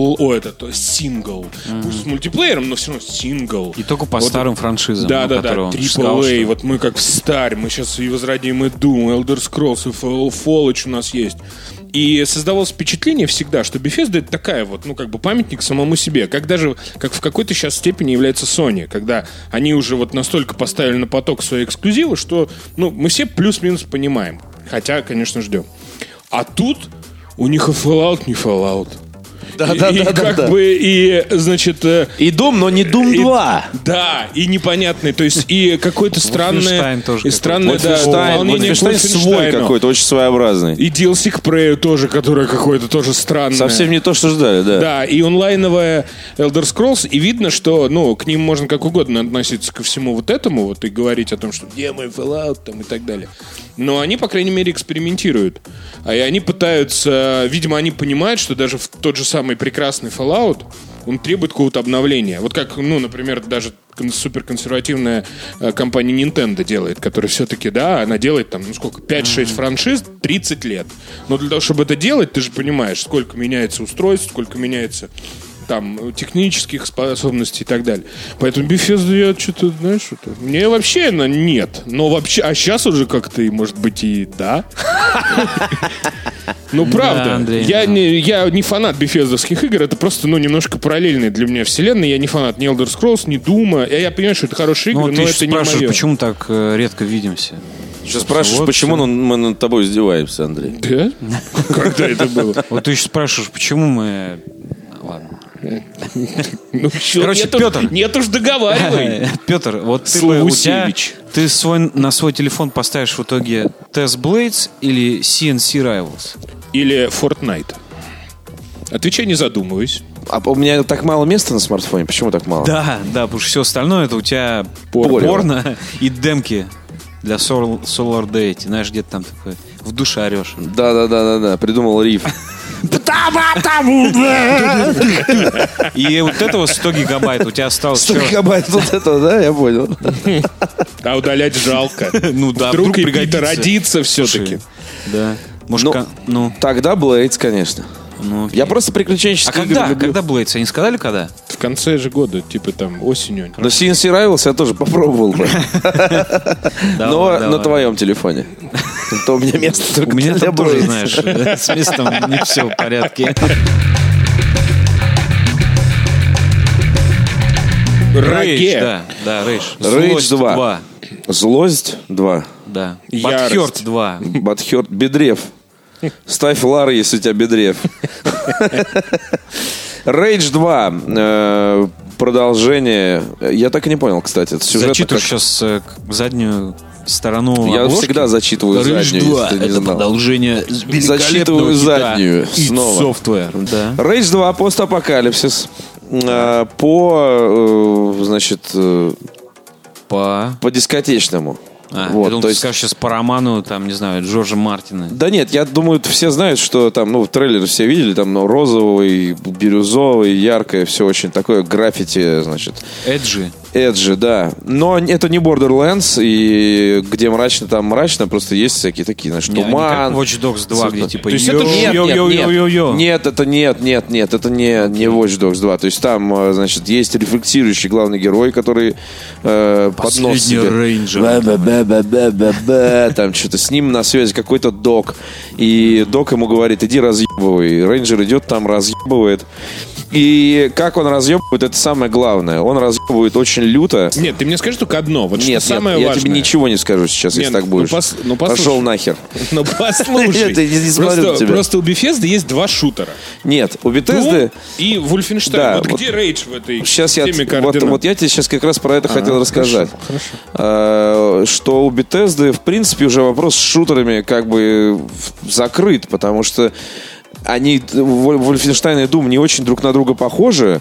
сингл. Пусть с мультиплеером, но все равно сингл. И только по старым франшизам. Да, AAA. Вот мы как в старе, мы сейчас и возродим и Doom, Elder Scrolls, и Fallout у нас есть. И создавалось впечатление всегда, что Bethesda — это такая вот, памятник самому себе. Как в какой-то сейчас степени является Sony, когда они уже вот настолько поставили на поток свои эксклюзивы, что, мы все плюс-минус понимаем. Хотя, конечно, ждем. А тут у них и Fallout не Fallout. Да. И Doom, но не Doom 2. Да, и непонятный. То есть, и какое-то странное... Wolfenstein свой какой-то, очень своеобразный. И DLC к Prey тоже, которое какое-то тоже странное. Совсем не то, что ждали, да. Да, и онлайновая Elder Scrolls, и видно, что, к ним можно как угодно относиться ко всему вот этому, вот, и говорить о том, что где мой Fallout, там, и так далее. Но они, по крайней мере, экспериментируют. И они пытаются... Видимо, они понимают, что даже в тот же самый прекрасный Fallout Он требует какого-то обновления. Вот как, например, даже суперконсервативная компания Nintendo делает, которая все-таки, она делает там, 5-6 франшиз, 30 лет. Но для того, чтобы это делать, ты же понимаешь, сколько меняется устройств, сколько меняется там технических способностей и так далее. Поэтому Bethesda, я что-то, знаешь, мне вообще она нет. Но вообще, а сейчас уже как-то, может быть, и да. Ну, правда. Я не фанат бефездовских игр. Это просто, немножко параллельные для меня вселенные. Я не фанат ни Elder Scrolls, ни Doom. Я понимаю, что это хорошие игры, но это не мое. Почему так редко видимся? Сейчас спрашиваешь, почему мы над тобой издеваемся, Андрей? Да? Когда это было? Вот ты еще спрашиваешь, почему мы... Ладно. Короче, Петр. Нет уж, договаривай. Петр, вот ты на свой телефон поставишь в итоге Test Blades или CNC Rivals? Или Fortnite. Отвечай, не задумываясь. А у меня так мало места на смартфоне. Почему так мало? Да, потому что все остальное это у тебя порно и демки для Solar Date. Знаешь, где-то там такой в душе орешь. Да. Придумал риф. И вот этого 100 гигабайт у тебя осталось. 100 гигабайт вот этого, да? Я понял. А удалять жалко. Ну да, вдруг пригодится. Родится все-таки. Да. Может, тогда Blades, конечно. Я просто приключенческие игры люблю. Когда Blades? Они сказали, когда? В конце же года, типа там осенью. Но CNC Rivals я тоже попробовал бы. Но на твоем телефоне. То у меня место только у меня там тоже, знаешь, с местом не все в порядке. Rage, да, Rage. Rage 2. Злость 2. Да. Butthurt 2. Butthurt Бедрев. Ставь Лара, если у тебя Бедрев. Rage 2. Продолжение. Я так и не понял, кстати. Зачитываю сейчас заднюю сторону я обложки. Всегда зачитываю Rage заднюю. 2 это продолжение зачитываю заднюю снова. Софтвер. Да. Rage 2 постапокалипсис. По дискотечному. Вот, я думал, ты скажешь сейчас по роману, там, не знаю, Джорджа Мартина. Да нет, я думаю, все знают, что там, трейлеры все видели, там, розовый, бирюзовый, яркое, все очень такое граффити, значит. Эджи, да. Но это не Borderlands, и где мрачно, там мрачно, просто есть всякие такие, знаешь, туман. Не Watch Dogs 2, где типа... Нет, это не Watch Dogs 2. То есть там, значит, есть рефлексирующий главный герой, который поднос себе... рейнджер. Там что-то с ним на связи какой-то док. И док ему говорит, иди разъебывай. Рейнджер идет там, разъебывает. И как он разъебывает, это самое главное. Он разъебывает очень люто. Нет, ты мне скажи только одно. Вот нет, что самое я важное. тебе ничего не скажу сейчас, если так будешь. Пошел нахер. Ну послушай. Просто у Bethesda есть два шутера. Нет, у Bethesda... и Wolfenstein. Вот где рейдж в этой теме координат? Вот я тебе сейчас как раз про это хотел рассказать. Что у Bethesda, в принципе, уже вопрос с шутерами как бы закрыт, потому что они, Wolfenstein и Doom, не очень друг на друга похожи.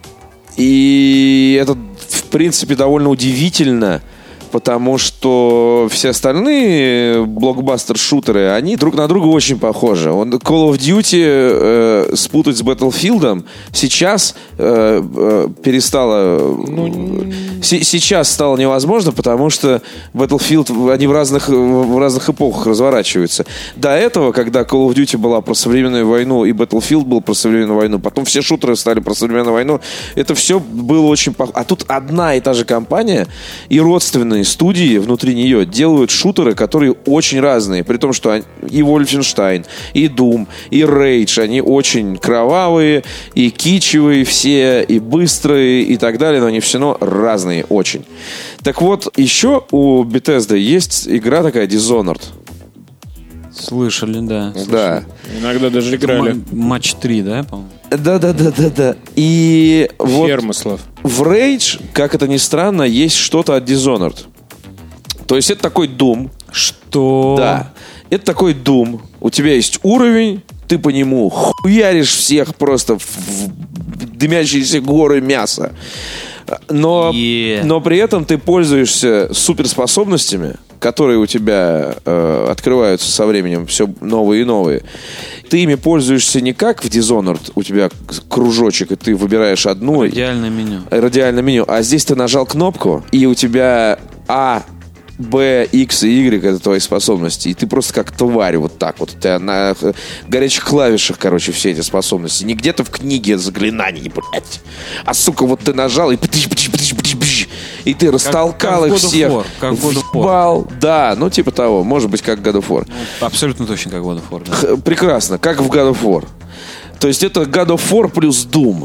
И это, в принципе, довольно удивительно, потому что все остальные блокбастер-шутеры, они друг на друга очень похожи. Call of Duty спутать с Battlefield сейчас перестало... Сейчас стало невозможно, потому что Battlefield, они в разных эпохах разворачиваются. До этого, когда Call of Duty была про современную войну и Battlefield был про современную войну, потом все шутеры стали про современную войну, это все было очень похоже. А тут одна и та же компания и родственные студии внутри нее делают шутеры, которые очень разные. При том, что и Wolfenstein, и Doom, и Rage, они очень кровавые, и кичевые все, и быстрые, и так далее, но они все равно разные очень. Так вот, еще у Bethesda есть игра такая Dishonored. Слышали, да. Да. Иногда даже играли. Матч 3, да, по-моему? Да. И Фермослав. Вот в Rage, как это ни странно, есть что-то от Dishonored. То есть это такой Doom. Что? Да. Это такой Doom. У тебя есть уровень, ты по нему хуяришь всех просто в дымящиеся горы мяса. Но при этом ты пользуешься суперспособностями, которые у тебя открываются со временем все новые и новые, ты ими пользуешься не как в Dishonored, у тебя кружочек, и ты выбираешь одну. Радиальное меню. Радиальное меню. А здесь ты нажал кнопку, и у тебя А, Б, X и Y — это твои способности. И ты просто как тварь вот так вот. У тебя на горячих клавишах, короче, все эти способности. Не где-то в книге заклинаний, блядь. А, сука, вот ты нажал, и ты растолкал их всех. Как God of War. Да, ну типа того. Может быть, как God of War. Абсолютно точно как God of War, да. Прекрасно, как в God of War. То есть это God of War плюс Doom.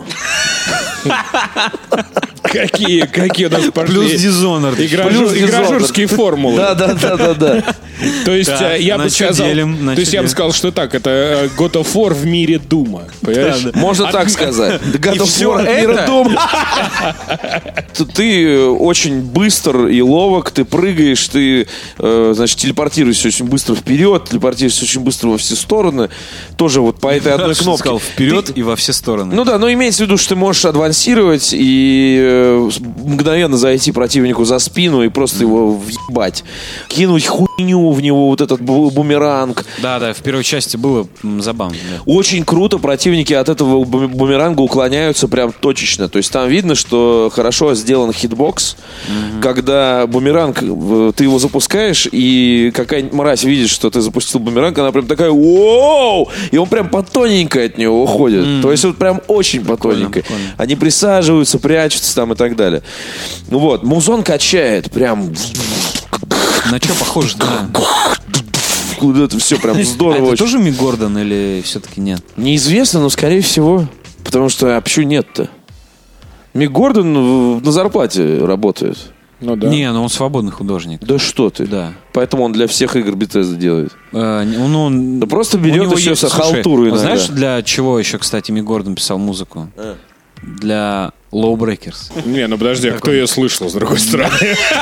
Какие у нас пошли Плюс Dishonored. Игражурские формулы. Да. То есть я бы сказал, я бы сказал, что так, это God of War в мире Дума. Можно так сказать. God of War в мире Дума. Ты очень быстр и ловок, ты прыгаешь, ты, значит, телепортируешься очень быстро вперед, телепортируешься очень быстро во все стороны. Тоже вот по этой одной кнопке. Сказал вперед и во все стороны. Ну да, но имеется в виду, что ты можешь адвансировать и мгновенно зайти противнику за спину и просто его въебать. Кинуть хуйню в него, вот этот бумеранг. Да, в первой части было забавно. Да. Очень круто противники от этого бумеранга уклоняются прям точечно. То есть там видно, что хорошо сделан хитбокс. Когда бумеранг, ты его запускаешь, и какая-нибудь мразь видит, что ты запустил бумеранг, она прям такая «Воу!» И он прям потоненько от него уходит. То есть вот прям очень потоненько. Они присаживаются, прячутся там и так далее. Ну вот, музон качает прям... На что похоже, да? Это все прям здорово. Это тоже Мик Гордон или все-таки нет? Неизвестно, но скорее всего. Потому что, а почему нет-то? Мик Гордон на зарплате работает. Ну да. Не, он свободный художник. Да что ты? Да. Поэтому он для всех игр Bethesda делает. Да просто берет и все халтуру иногда. Знаешь, для чего еще, кстати, Мик Гордон писал музыку? Для Lawbreakers. Не, ну подожди, а кто ее слышал, с другой стороны?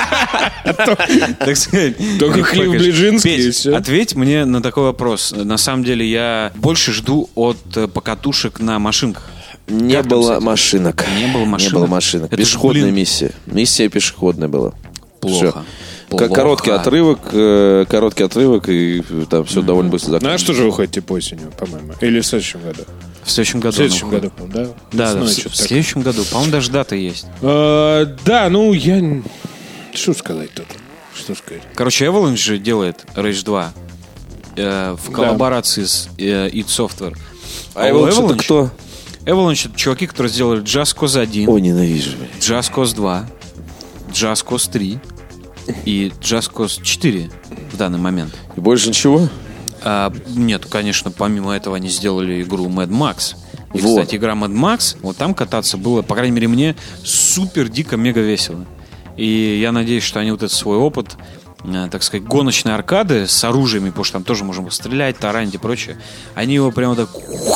Так сказать. Только Клифф Ближинский и все. Ответь мне на такой вопрос. На самом деле я больше жду от покатушек на машинках. Не было машинок. Не было машинок. Пешеходная миссия. Миссия пешеходная была. Плохо. Короткий отрывок, и там все довольно быстро закончилось. Ну а что же вы ходите по осенью, по-моему? Или в следующем году? В следующем году. В следующем году, да? Да, в следующем году. По-моему, даже дата есть. Да, ну я... Что сказать тут? Что сказать? Короче, Avalanche же делает Rage 2 в коллаборации с id Software. А Avalanche это кто? Avalanche это чуваки, которые сделали Just Cause 1. Ой, ненавижу. Just Cause 2. Just Cause 3. И Just Cause 4 в данный момент. И больше ничего? Нет, конечно, помимо этого они сделали игру Mad Max. И, вот. Кстати, игра Mad Max, вот там кататься было, по крайней мере, мне супер дико мега весело. И я надеюсь, что они вот этот свой опыт, так сказать, гоночной аркады с оружиями, потому что там тоже можно стрелять, таранить и прочее, они его прямо так...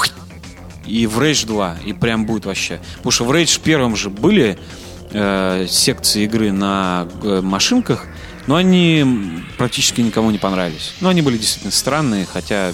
И в Rage 2, и прям будет вообще. Потому что в Rage первом же были секции игры на машинках, но они практически никому не понравились. Но они были действительно странные, хотя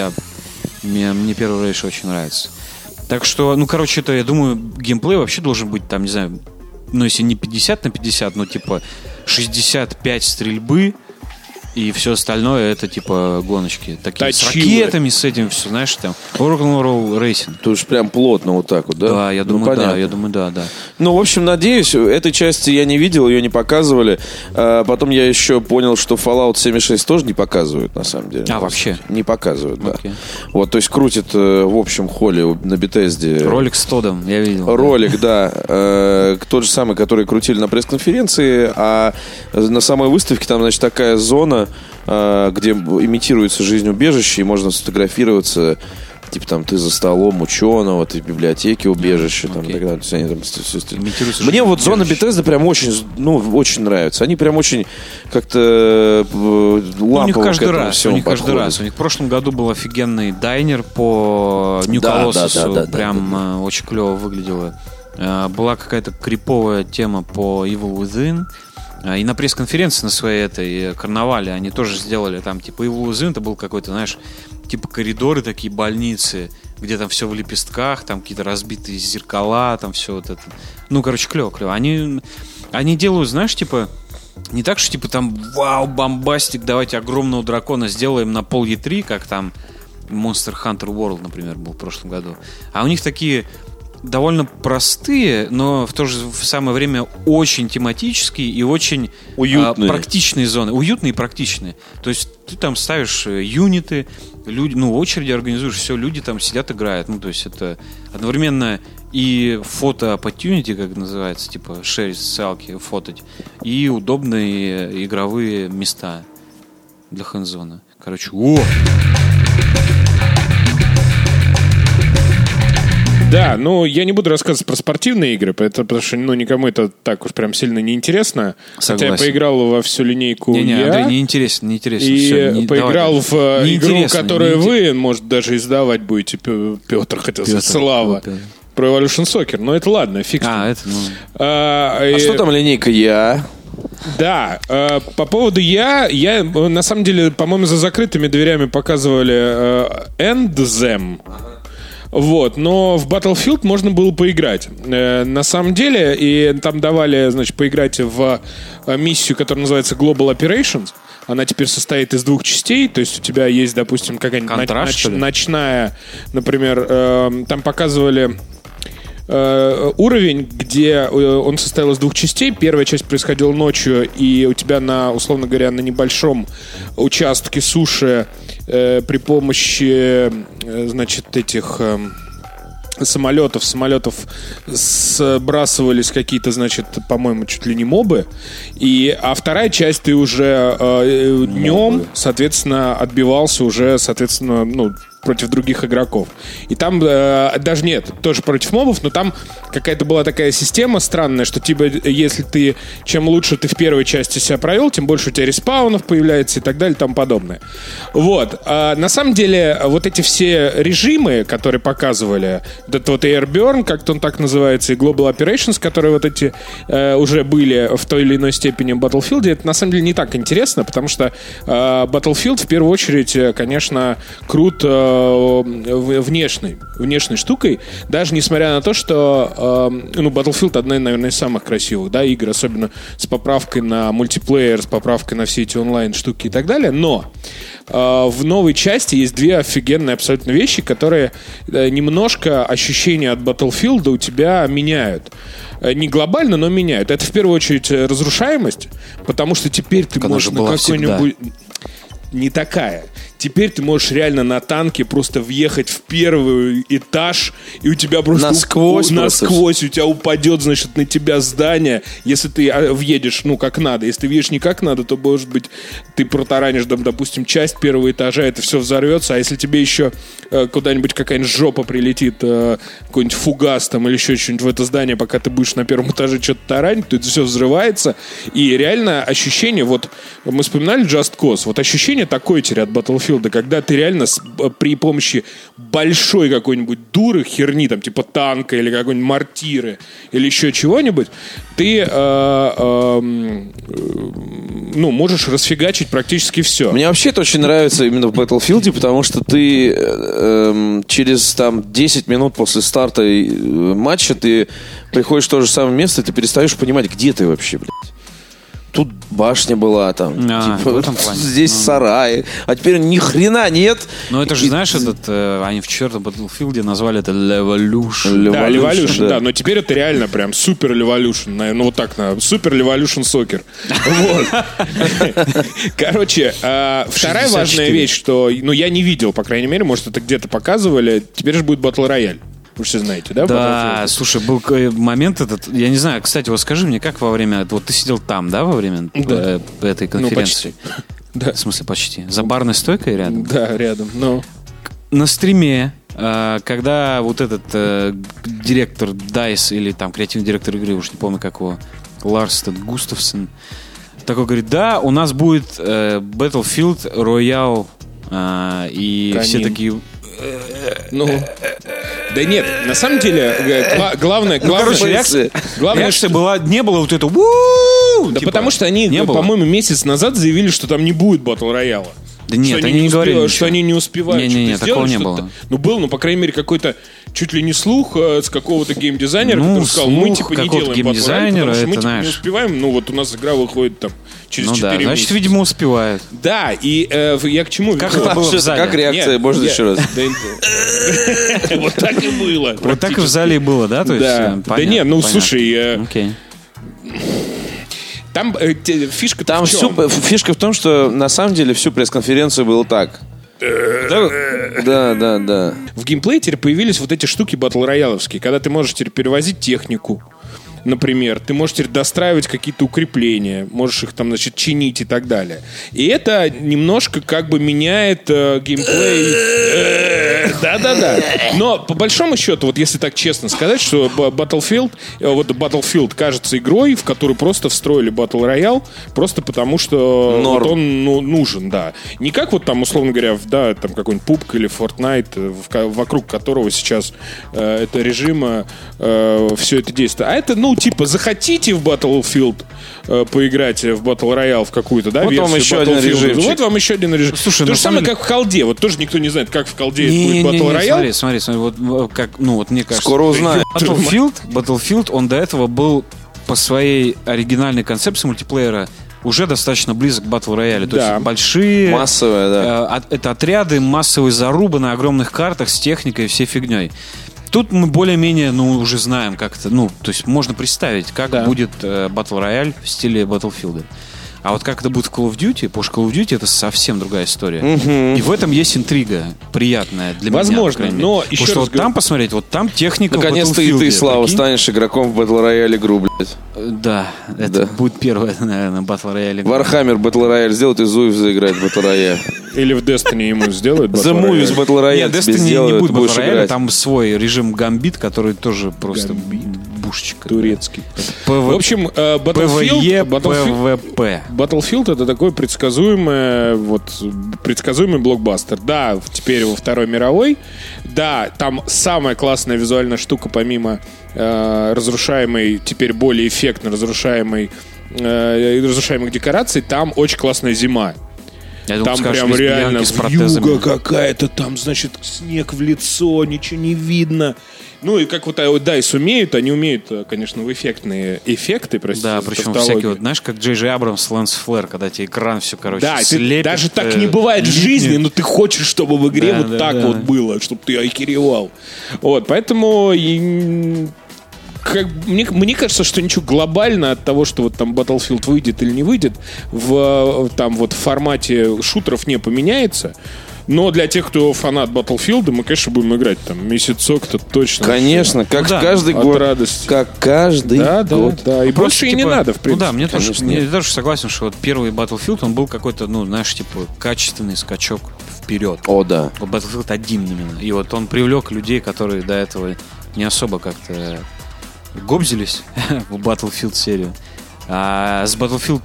мне первый Rage очень нравится. Так что, это, я думаю, геймплей вообще должен быть, там, не знаю, если не 50/50, но типа 65 стрельбы, и все остальное это типа гоночки. Такие с ракетами, с этим все, знаешь, там Rock'n'Roll Racing. Тут уж прям плотно вот так вот, да? Да, я думаю, да. Ну, в общем, надеюсь, этой части я не видел, ее не показывали. Потом я еще понял, что Fallout 76 тоже не показывают, на самом деле. Вообще? Не показывают, да. Okay. Вот, то есть крутит в общем холле на Bethesda. Ролик с Тодом, я видел. Ролик, да. Тот же самый, который крутили на пресс-конференции, а на самой выставке там, значит, такая зона, где имитируется жизнь убежища, и можно сфотографироваться, типа там ты за столом ученого, ты в библиотеке убежища, там, и так далее. Они там мне вот зона Bethesda прям очень, очень нравится. Они прям очень как-то лампово к этому всему подходят. У них в прошлом году был офигенный дайнер по New Colossus, прям очень клево выглядело. Была какая-то криповая тема по Evil Within. И на пресс-конференции на своей этой карнавале они тоже сделали там, типа, Evil Within, это был какой-то, знаешь, типа коридоры такие, больницы, где там все в лепестках, там какие-то разбитые зеркала, там все вот это. Клево. Они делают, знаешь, типа, не так, что типа там вау, бомбастик, давайте огромного дракона сделаем на пол E3, как там Monster Hunter World, например, был в прошлом году. А у них такие довольно простые, но в то же самое время очень тематические и очень практичные зоны. Уютные и практичные. То есть ты там ставишь юниты, люди, очереди организуешь, все, люди там сидят, играют. То есть это одновременно и фото-оппортюнити, как называется, типа шерить социалки, фототь, и удобные игровые места для хэндзона. Короче, Да, я не буду рассказывать про спортивные игры, потому что никому это так уж прям сильно не интересно. Согласен. Хотя я поиграл во всю линейку Андрей, не интересно. И все, поиграл в игру, которую вы, может, даже издавать будете, Петр хотел сказать, Слава. Про Evolution Soccer. Но это ладно, фиг. Что там линейка Я? Да, по поводу Я на самом деле, по-моему, за закрытыми дверями показывали Endgame. Но в Battlefield можно было поиграть. На самом деле, и там давали, поиграть в миссию, которая называется Global Operations. Она теперь состоит из 2 частей. То есть у тебя есть, допустим, какая-нибудь ночная, например, там показывали уровень, где он состоял из 2 частей. Первая часть происходила ночью, и у тебя условно говоря, на небольшом участке суши при помощи, этих самолетов сбрасывались какие-то, по-моему, чуть ли не мобы. А вторая часть ты уже днем, соответственно, отбивался уже, соответственно, против других игроков. И там даже нет, тоже против мобов, но там какая-то была такая система странная, что если чем лучше ты в первой части себя провел, тем больше у тебя респаунов появляется и так далее и тому подобное. На самом деле, эти все режимы, которые показывали, этот Airburn, как-то он так называется, и Global Operations, которые эти уже были в той или иной степени в Battlefield, это на самом деле не так интересно, потому что Battlefield в первую очередь, конечно, крут внешней штукой, даже несмотря на то, что Battlefield одна, наверное, из самых красивых игр, особенно с поправкой на мультиплеер, с поправкой на все эти онлайн-штуки и так далее, но в новой части есть 2 офигенные абсолютно вещи, которые немножко ощущения от Battlefield у тебя меняют. Не глобально, но меняют. Это в первую очередь разрушаемость, потому что теперь ты можешь на какой-нибудь... Не такая. Теперь ты можешь реально на танке просто въехать в первый этаж, и у тебя просто насквозь у тебя упадет, на тебя здание, если ты въедешь, как надо. Если ты въедешь не как надо, то, может быть, ты протаранишь, допустим, часть первого этажа, это все взорвется, а если тебе еще куда-нибудь какая-нибудь жопа прилетит, какой-нибудь фугас там или еще что-нибудь в это здание, пока ты будешь на первом этаже что-то таранить, то это все взрывается. И реально ощущение, мы вспоминали Just Cause, ощущение такое теперь от Battlefield, когда ты реально при помощи большой какой-нибудь дуры, херни, там, типа танка или какой-нибудь мортиры или еще чего-нибудь, ты можешь расфигачить практически все. Мне вообще это очень нравится именно в Battlefield, потому что ты через 10 минут после старта матча ты приходишь в то же самое место, и ты перестаешь понимать, где ты вообще, блядь. Тут башня была, там, здесь сарай, а теперь ни хрена нет. Ну это же, знаешь, они в чертовом Battlefield назвали это Levolution. Да, Levolution, да, но теперь это реально прям супер Levolution, супер Levolution Soccer. Короче, вторая важная вещь, что, я не видел, по крайней мере, может, это где-то показывали, теперь же будет Battle Royale. Вы все знаете, да? Да, слушай, был момент я не знаю, кстати, скажи мне, как во время, ты сидел там, да, во время этой конференции? Да. В смысле, почти. За барной стойкой рядом? Да, рядом, На стриме, когда этот директор DICE или там креативный директор игры, уж не помню как его, Ларс Густавсон, такой говорит, да, у нас будет Battlefield Royale, и все такие... Да нет, на самом деле, главная реакция была, не было вот этого. Да потому что они, по-моему, месяц назад заявили, что там не будет Battle Royale. Да нет, они не говорили что они не успевают что-то Не-не-не, сделать. такого не было. Ну, был, ну, по крайней мере, какой-то чуть ли не слух с какого-то геймдизайнера, который сказал, мы, типа, не делаем геймдизайнера, потому что мы, это, типа, не успеваем. Ну, вот у нас игра выходит там через 4 месяца. Значит, видимо, успевают. Да, и я к чему... Как это было в зале? Как реакция? Можно еще раз? Вот так и было. Вот так и в зале и было, да? Да. Да нет, ну, слушай... Окей. Там фишка Там в чем? фишка в том, что на самом деле всю пресс-конференцию было так. Да. В геймплее теперь появились вот эти штуки батл-рояловские, когда ты можешь теперь перевозить технику, например, ты можешь теперь достраивать какие-то укрепления, можешь их там, значит, чинить и так далее. И это немножко как бы меняет геймплей. Да. Но по большому счету, вот если так честно сказать, что Battlefield кажется игрой, в которую просто встроили Battle Royale, просто потому что вот он нужен, да. Не как вот там, условно говоря, да, там какой-нибудь PUBG или Fortnite, вокруг которого сейчас это режима все это действует. А это, ну, типа, захотите в Battlefield поиграть в Battle Royale в какую-то, да, вот версию вам еще один режимчик. Вот вам еще один режим. Слушай, то же самое, как в колде. Вот тоже никто не знает, как в колде будет Battle Royale. Смотри, вот как, ну вот мне кажется. Скоро узнаем. Battlefield, он до этого был по своей оригинальной концепции мультиплеера уже достаточно близок к Battle Royale. То есть большие... Массовые, да. Это отряды, массовые зарубы на огромных картах с техникой и всей фигней. Тут мы более-менее, уже знаем, как это, то есть можно представить, как будет Battle Royale в стиле Battlefield. А вот как это будет в Call of Duty, потому что Call of Duty это совсем другая история. И в этом есть интрига приятная для меня. Возможно, но еще потому что вот там посмотреть, вот там техника. Наконец-то и ты, Слава, станешь игроком в Battle Royale игру, блядь. Да, это будет первая, наверное, Battle Royale игра. Warhammer Battle Royale сделает и Зуев заиграет в Battle Royale. Или в Destiny ему сделают The Movies Battle Royale. Нет, Destiny не будет Battle Royale, там свой режим Гамбит, который тоже просто бушечка. Турецкий. В общем, Battlefield это такой предсказуемый блокбастер. Да, теперь во Второй мировой. Да, там самая классная визуальная штука, помимо разрушаемой, теперь более эффектно разрушаемых декораций, там очень классная зима. Там прям реально вьюга какая-то, там, значит, снег в лицо, ничего не видно. Ну и как вот DICE умеют, они умеют, конечно, в эффектные эффекты, простите. Да, причем всякие, вот, знаешь, как Джей Джей Абрамс, Лэнс Флэр, когда тебе экран все, слепит. Даже так не бывает в жизни, но ты хочешь, чтобы в игре вот было, чтобы ты охеревал. Вот, поэтому... Мне кажется, что ничего глобально от того, что вот там Battlefield выйдет или не выйдет, в формате шутеров не поменяется. Но для тех, кто фанат Battlefield, мы, конечно, будем играть там месяцок-то точно. Конечно, как каждый год. От радости. Как каждый год. Да. И больше и не надо, в принципе. Ну да, я тоже согласен, что вот первый Battlefield, он был какой-то, качественный скачок вперед. О, да. Battlefield 1 именно. И вот он привлек людей, которые до этого не особо как-то гобзились в Battlefield серию. А с Battlefield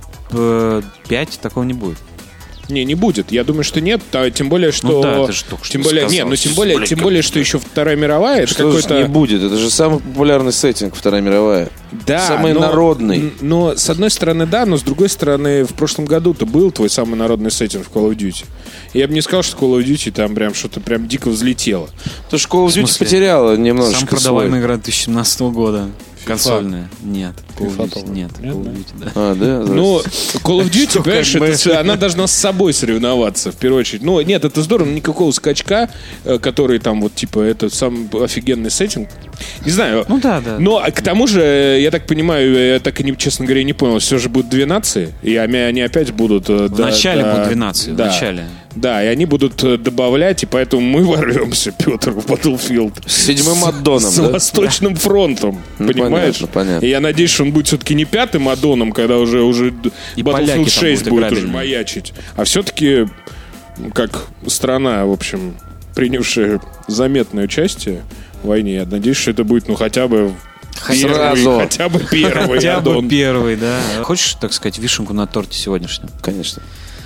5 такого не будет. Не будет. Я думаю, что нет. Тем более, что... ты же только что тем более, тем более, что еще Вторая мировая. Что же не будет? Это же самый популярный сеттинг Вторая мировая. Да. Самый народный. Но с одной стороны, да, но с другой стороны, в прошлом году-то был твой самый народный сеттинг в Call of Duty. Я бы не сказал, что Call of Duty там прям что-то прям дико взлетело. Потому что Call of Duty потеряла немножечко Самая продаваемая игра 2017 года. Консольная? Нет. Нет. А, да? Ну, Call of Duty, понимаешь, она должна с собой соревноваться, в первую очередь. Ну, нет, это здорово, никакого скачка, который там вот, типа, это самый офигенный сеттинг. Не знаю. Ну, да. Но к тому же, я так понимаю, я так и, честно говоря, не понял, все же будут две нации, и они опять будут... В начале будут две нации, в начале. Да, и они будут добавлять, и поэтому мы ворвемся, Петр, в Battlefield. С 7-м аддоном, с Восточным фронтом, понимаешь? Понятно. И я надеюсь, что он будет все-таки не 5-м аддоном, когда уже Battlefield 6 будет уже маячить, а все-таки как страна, в общем, принявшая заметное участие в войне. Я надеюсь, что это будет, хотя бы хотя бы первый Хотя аддон. бы первый, да. Хочешь, так сказать, вишенку на торте сегодняшнем? Конечно.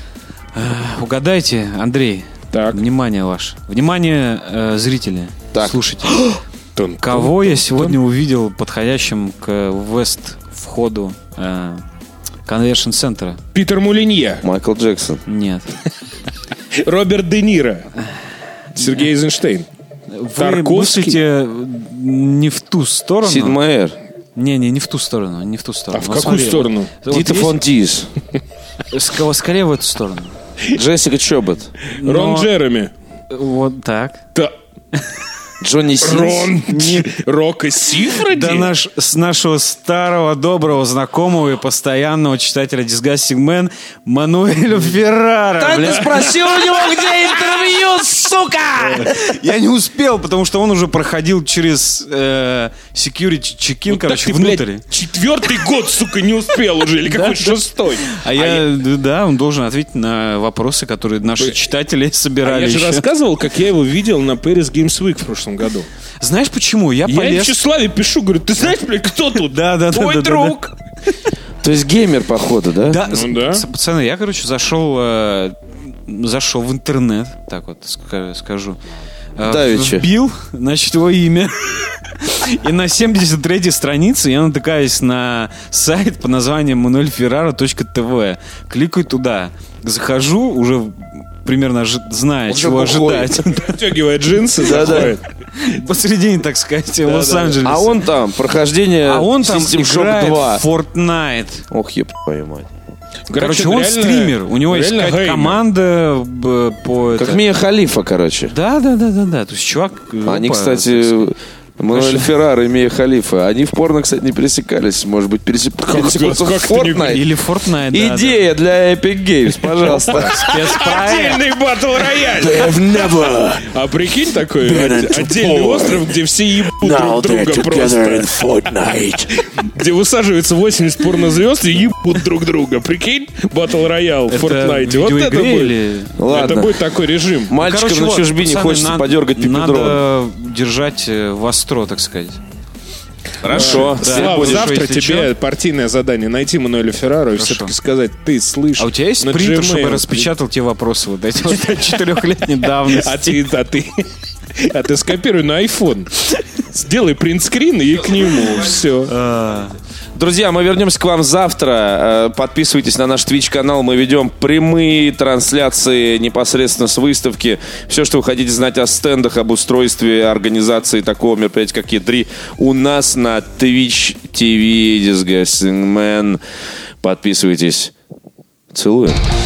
Угадайте, Андрей. Так. Внимание ваше. Внимание, зрители, слушайте. Кого я сегодня увидел подходящим к вест-входу конвеншн-центра? Питер Мулинье. Майкл Джексон. Нет. Роберт Де Ниро. Сергей Эйзенштейн. Вы Тарковский. мыслите не в ту сторону. Сид Мейер. Не в ту сторону, не в ту сторону. А в какую сторону? Дита фон Тис. Скорее в эту сторону. Джессика Чобот. Рон Джереми. Вот так. Да. Джонни Синс. Рон. Рока Сифради? Да с нашего старого доброго знакомого и постоянного читателя Disgusting Man Мануэля Феррара. Да ты спросил у него, где интервью, сука! Я не успел, потому что он уже проходил через security check-in, Вот короче, так ты, внутрь. блядь, 4-й год, сука, не успел уже. Или какой 6-й? Он должен ответить на вопросы, которые наши читатели собирали Я же еще. рассказывал, как я его видел на Paris Games Week в прошлом году. Знаешь почему? Я Я полез... Вячеславе пишу, говорю, ты знаешь, блядь, кто тут? Да. Твой друг. То есть геймер, походу, да? Да, Ну да. пацаны, я, короче, зашел в интернет, так вот скажу. Давеча. Вбил, значит, его имя. И на 73-й странице я натыкаюсь на сайт по названию manuelferrara.tv. Кликаю туда. Захожу, уже примерно зная, чего ожидать. Отстегивает джинсы, Да-да. заходит. Посредине, так сказать, Лос-Анджелеса. А он там, прохождение там System Shock играет 2. в Fortnite. Ох, еб твою мать. Короче, он реально- стример. У него есть реально какая-то геймер. команда по... Как это- Мия Халифа, короче. Да. То есть чувак... Они, опа, кстати, Мануэль Феррара и Мия Халифа, они в порно, кстати, не пересекались. Может быть, пересекутся в как это не- Fortnite. Или Fortnite, да. Идея для Epic Games, пожалуйста. Спецпроект. Отдельный батл рояль. Have never А прикинь, такой Been into отдельный porn. остров, где все ебут now друг they're друга together in просто. Fortnite. Где высаживается 80 порнозвезд и ебут друг друга. Прикинь, батл роял в Это Fortnite. в Вот это видеоигре будет. или... Ладно. Это будет такой режим. Мальчикам Короче, на вот, чужбине пацаны, хочется подергать пипедрон. Надо держать востро, так сказать. Хорошо. Да. Слава, будешь, завтра если тебе партийное задание найти Мануэля Феррару и все-таки сказать, ты слышишь. А у тебя есть на принтер, Gmail, чтобы распечатал те вопросы вот эти вот 4-летней давности? А ты скопируй на iPhone. Сделай принтскрин и к нему. Все. Друзья, мы вернемся к вам завтра. Подписывайтесь на наш Twitch-канал. Мы ведем прямые трансляции непосредственно с выставки. Все, что вы хотите знать о стендах, об устройстве организации такого мероприятия, как E3, у нас на Twitch TV Disgusting Man. Подписывайтесь. Целую.